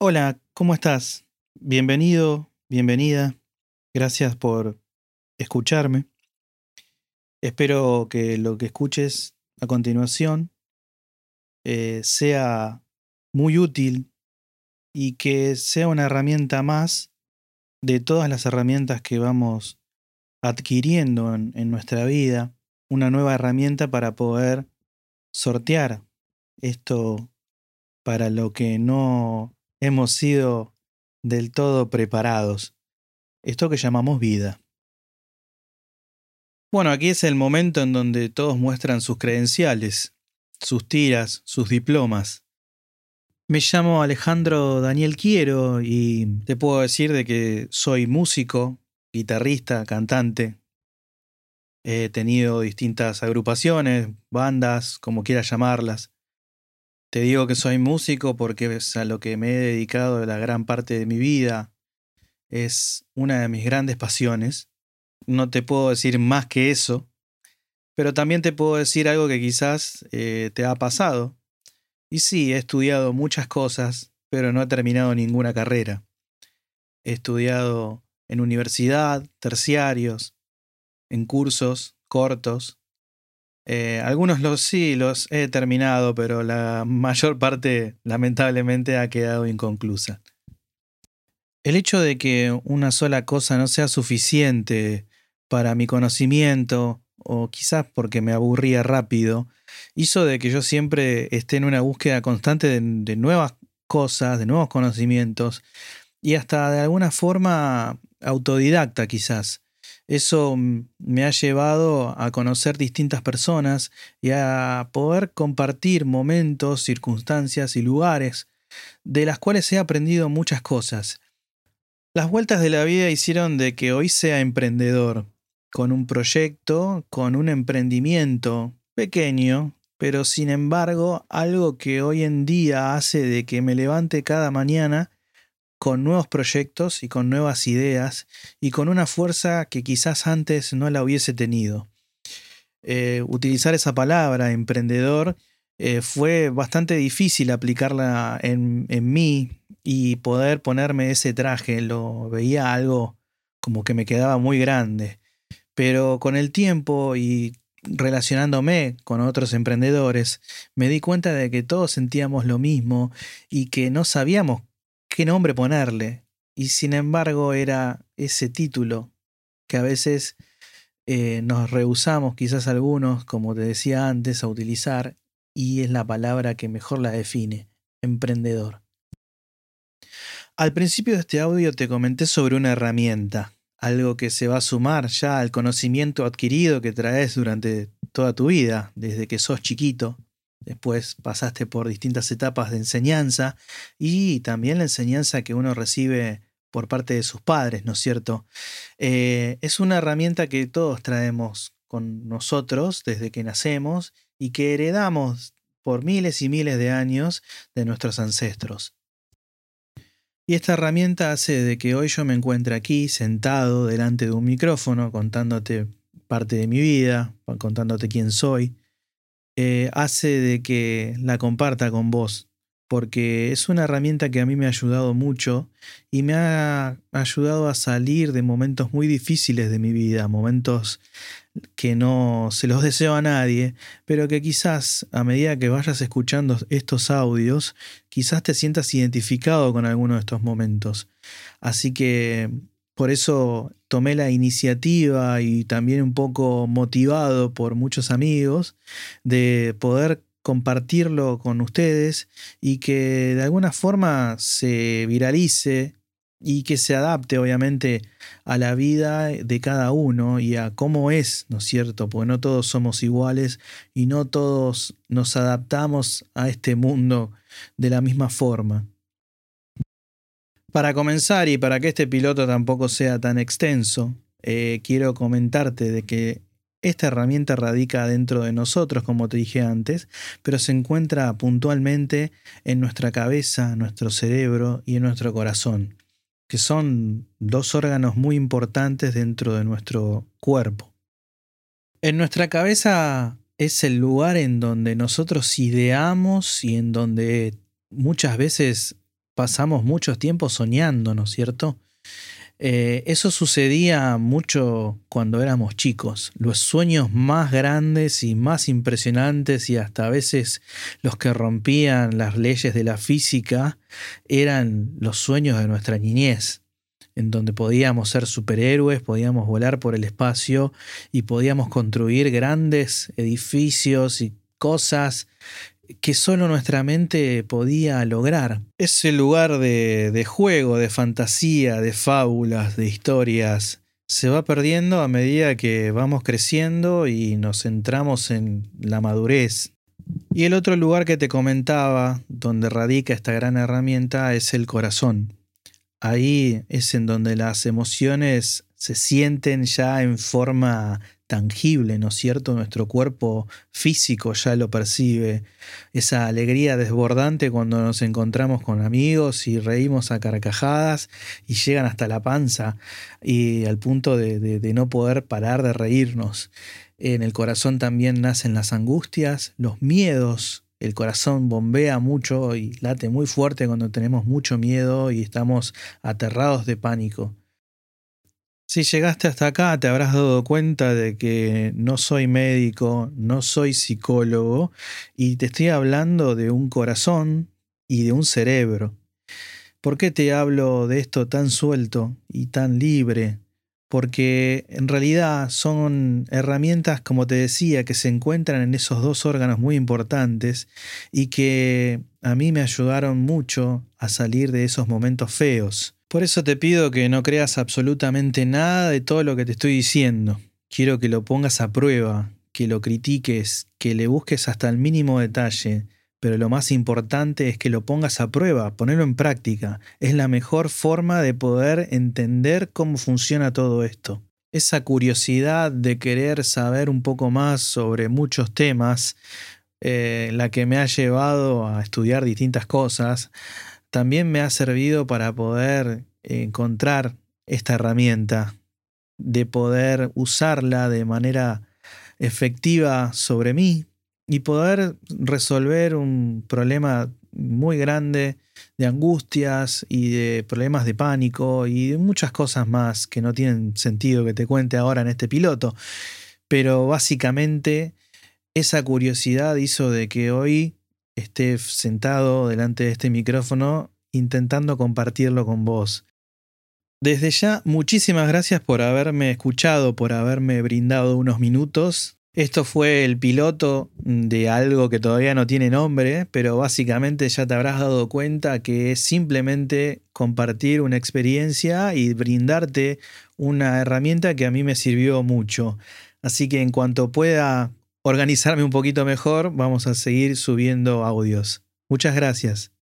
Hola, ¿cómo estás? Bienvenido, bienvenida. Gracias por escucharme. Espero que lo que escuches a continuación sea muy útil y que sea una herramienta más de todas las herramientas que vamos adquiriendo en nuestra vida. Una nueva herramienta para poder sortear esto para lo que no hemos sido del todo preparados. Esto que llamamos vida. Bueno, aquí es el momento en donde todos muestran sus credenciales, sus tiras, sus diplomas. Me llamo Alejandro Daniel Quiero y te puedo decir de que soy músico, guitarrista, cantante. He tenido distintas agrupaciones, bandas, como quieras llamarlas. Te digo que soy músico porque es a lo que me he dedicado la gran parte de mi vida. Es una de mis grandes pasiones. No te puedo decir más que eso. Pero también te puedo decir algo que quizás te ha pasado. Y sí, he estudiado muchas cosas, pero no he terminado ninguna carrera. He estudiado en universidad, terciarios, en cursos cortos. Algunos sí los he terminado, pero la mayor parte lamentablemente ha quedado inconclusa. El hecho de que una sola cosa no sea suficiente para mi conocimiento, o quizás porque me aburría rápido, hizo de que yo siempre esté en una búsqueda constante de nuevas cosas, de nuevos conocimientos, y hasta de alguna forma autodidacta quizás. Eso me ha llevado a conocer distintas personas y a poder compartir momentos, circunstancias y lugares de las cuales he aprendido muchas cosas. Las vueltas de la vida hicieron de que hoy sea emprendedor, con un proyecto, con un emprendimiento pequeño, pero sin embargo algo que hoy en día hace de que me levante cada mañana con nuevos proyectos y con nuevas ideas y con una fuerza que quizás antes no la hubiese tenido. Utilizar esa palabra, emprendedor, fue bastante difícil aplicarla en mí y poder ponerme ese traje. Lo veía algo como que me quedaba muy grande. Pero con el tiempo y relacionándome con otros emprendedores, me di cuenta de que todos sentíamos lo mismo y que no sabíamos qué nombre ponerle. Y sin embargo era ese título que a veces nos rehusamos, quizás algunos, como te decía antes, a utilizar, y es la palabra que mejor la define: emprendedor. Al principio de este audio te comenté sobre una herramienta, algo que se va a sumar ya al conocimiento adquirido que traes durante toda tu vida, desde que sos chiquito. Después pasaste por distintas etapas de enseñanza y también la enseñanza que uno recibe por parte de sus padres, ¿no es cierto? Es una herramienta que todos traemos con nosotros desde que nacemos y que heredamos por miles y miles de años de nuestros ancestros. Y esta herramienta hace de que hoy yo me encuentre aquí sentado delante de un micrófono contándote parte de mi vida, contándote quién soy, hace de que la comparta con vos, porque es una herramienta que a mí me ha ayudado mucho y me ha ayudado a salir de momentos muy difíciles de mi vida, momentos que no se los deseo a nadie, pero que quizás a medida que vayas escuchando estos audios, quizás te sientas identificado con alguno de estos momentos. Así que por eso tomé la iniciativa y también un poco motivado por muchos amigos de poder compartirlo con ustedes y que de alguna forma se viralice y que se adapte obviamente a la vida de cada uno y a cómo es, ¿no es cierto? Porque no todos somos iguales y no todos nos adaptamos a este mundo de la misma forma. Para comenzar y para que este piloto tampoco sea tan extenso, quiero comentarte de que esta herramienta radica dentro de nosotros, como te dije antes, pero se encuentra puntualmente en nuestra cabeza, nuestro cerebro y en nuestro corazón, que son dos órganos muy importantes dentro de nuestro cuerpo. En nuestra cabeza es el lugar en donde nosotros ideamos y en donde muchas veces pasamos mucho tiempo soñando, ¿no es cierto? Eso sucedía mucho cuando éramos chicos. Los sueños más grandes y más impresionantes y hasta a veces los que rompían las leyes de la física eran los sueños de nuestra niñez, en donde podíamos ser superhéroes, podíamos volar por el espacio y podíamos construir grandes edificios y cosas que solo nuestra mente podía lograr. Ese lugar de juego, de fantasía, de fábulas, de historias, se va perdiendo a medida que vamos creciendo y nos centramos en la madurez. Y el otro lugar que te comentaba, donde radica esta gran herramienta, es el corazón. Ahí es en donde las emociones se sienten ya en forma tangible, ¿no es cierto? Nuestro cuerpo físico ya lo percibe. Esa alegría desbordante cuando nos encontramos con amigos y reímos a carcajadas y llegan hasta la panza y al punto de no poder parar de reírnos. En el corazón también nacen las angustias, los miedos. El corazón bombea mucho y late muy fuerte cuando tenemos mucho miedo y estamos aterrados de pánico. Si llegaste hasta acá, te habrás dado cuenta de que no soy médico, no soy psicólogo y te estoy hablando de un corazón y de un cerebro. ¿Por qué te hablo de esto tan suelto y tan libre? Porque en realidad son herramientas, como te decía, que se encuentran en esos dos órganos muy importantes y que a mí me ayudaron mucho a salir de esos momentos feos. Por eso te pido que no creas absolutamente nada de todo lo que te estoy diciendo. Quiero que lo pongas a prueba, que lo critiques, que le busques hasta el mínimo detalle. Pero lo más importante es que lo pongas a prueba, ponerlo en práctica. Es la mejor forma de poder entender cómo funciona todo esto. Esa curiosidad de querer saber un poco más sobre muchos temas, la que me ha llevado a estudiar distintas cosas, también me ha servido para poder encontrar esta herramienta, de poder usarla de manera efectiva sobre mí y poder resolver un problema muy grande de angustias y de problemas de pánico y de muchas cosas más que no tienen sentido que te cuente ahora en este piloto. Pero básicamente esa curiosidad hizo de que hoy esté sentado delante de este micrófono intentando compartirlo con vos. Desde ya, muchísimas gracias por haberme escuchado, por haberme brindado unos minutos. Esto fue el piloto de algo que todavía no tiene nombre, pero básicamente ya te habrás dado cuenta que es simplemente compartir una experiencia y brindarte una herramienta que a mí me sirvió mucho. Así que en cuanto pueda organizarme un poquito mejor, vamos a seguir subiendo audios. Muchas gracias.